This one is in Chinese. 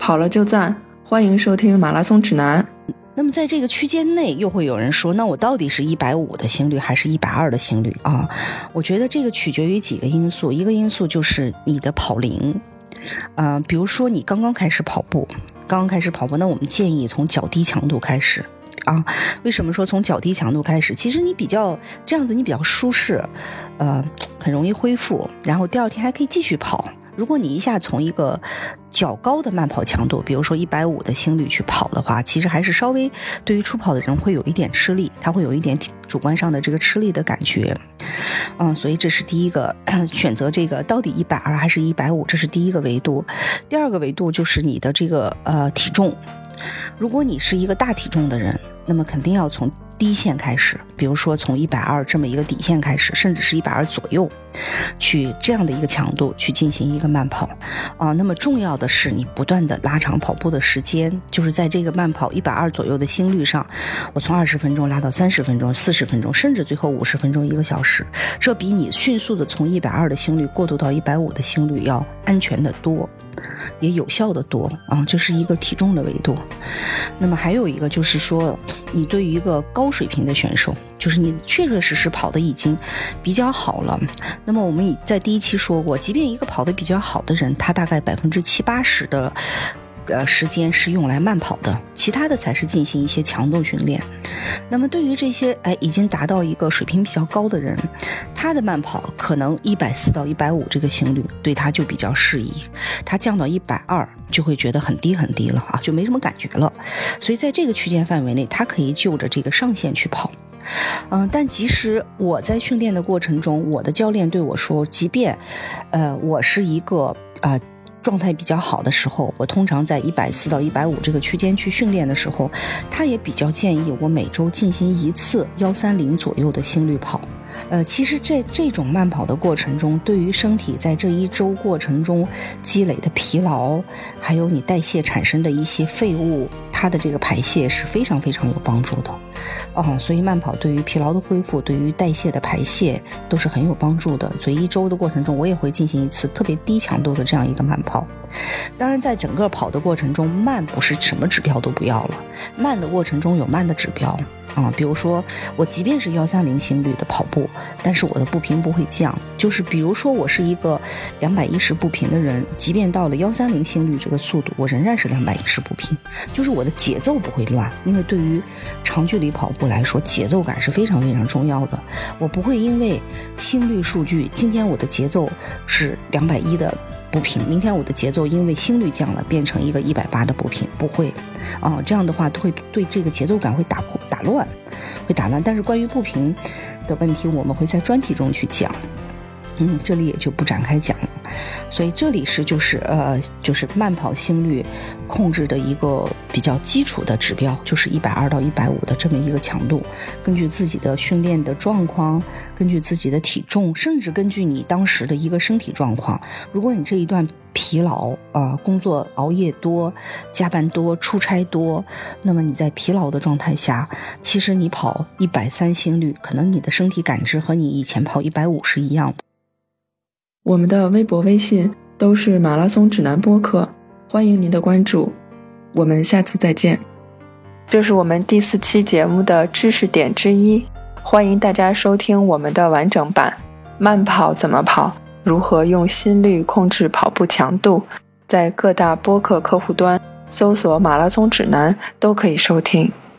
跑了就赞，欢迎收听马拉松指南。 那么在这个区间内又会有人说，那我到底是150的心率还是120的心率啊？我觉得这个取决于几个因素，一个因素就是你的跑龄，比如说你刚刚开始跑步，那我们建议从较低强度开始啊。为什么说从较低强度开始？其实你这样子你比较舒适，很容易恢复，然后第二天还可以继续跑。如果你一下从一个较高的慢跑强度，比如说150的心率去跑的话，其实还是稍微对于初跑的人会有一点吃力，他会有一点主观上的这个吃力的感觉。所以这是第一个选择，这个到底120还是150，这是第一个维度。第二个维度就是你的这个体重。如果你是一个大体重的人，那么肯定要从低线开始，比如说从120这么一个底线开始，甚至是120左右，去这样的一个强度去进行一个慢跑那么重要的是你不断的拉长跑步的时间，就是在这个慢跑120左右的心率上，我从20分钟拉到30分钟、40分钟，甚至最后50分钟、1个小时，这比你迅速的从120的心率过渡到150的心率要安全的多，也有效的多这是一个体重的维度。那么还有一个就是说，你对于一个高水平的选手，就是你确确实实跑得已经比较好了，那么我们在第一期说过，即便一个跑得比较好的人，他大概70-80%的时间是用来慢跑的，其他的才是进行一些强度训练。那么对于这些已经达到一个水平比较高的人，他的慢跑可能140到150这个心率对他就比较适宜，他降到120就会觉得很低很低了就没什么感觉了。所以在这个区间范围内，他可以就着这个上限去跑。但即使我在训练的过程中，我的教练对我说，即便我是一个状态比较好的时候，我通常在140到150这个区间去训练的时候，他也比较建议我每周进行1次130左右的心率跑。其实这种慢跑的过程中，对于身体在这一周过程中积累的疲劳，还有你代谢产生的一些废物，它的这个排泄是非常非常有帮助的所以慢跑对于疲劳的恢复，对于代谢的排泄都是很有帮助的。所以一周的过程中，我也会进行1次特别低强度的这样一个慢跑。当然在整个跑的过程中，慢不是什么指标都不要了，慢的过程中有慢的指标比如说我即便是130心率的跑步，但是我的步频不会降，就是比如说我是一个210步频的人，即便到了130心率这个速度，我仍然是210步频，就是我的节奏不会乱。因为对于长距离跑步来说，节奏感是非常非常重要的。我不会因为心率数据，今天我的节奏是210的步频，明天我的节奏因为心率降了变成一个180的步频，不会这样的话会对这个节奏感会打乱。但是关于步频的问题，我们会在专题中去讲，这里也就不展开讲了。所以这里是就是慢跑心率控制的一个比较基础的指标，就是120到150的这么一个强度。根据自己的训练的状况，根据自己的体重，甚至根据你当时的一个身体状况，如果你这一段疲劳工作熬夜多、加班多、出差多，那么你在疲劳的状态下，其实你跑130心率，可能你的身体感知和你以前跑150是一样的。 我们的微博微信都是马拉松指南播客，欢迎您的关注，我们下次再见。这是我们第4期节目的知识点之一，欢迎大家收听我们的完整版。慢跑怎么跑，如何用心率控制跑步强度，在各大播客客户端搜索马拉松指南都可以收听。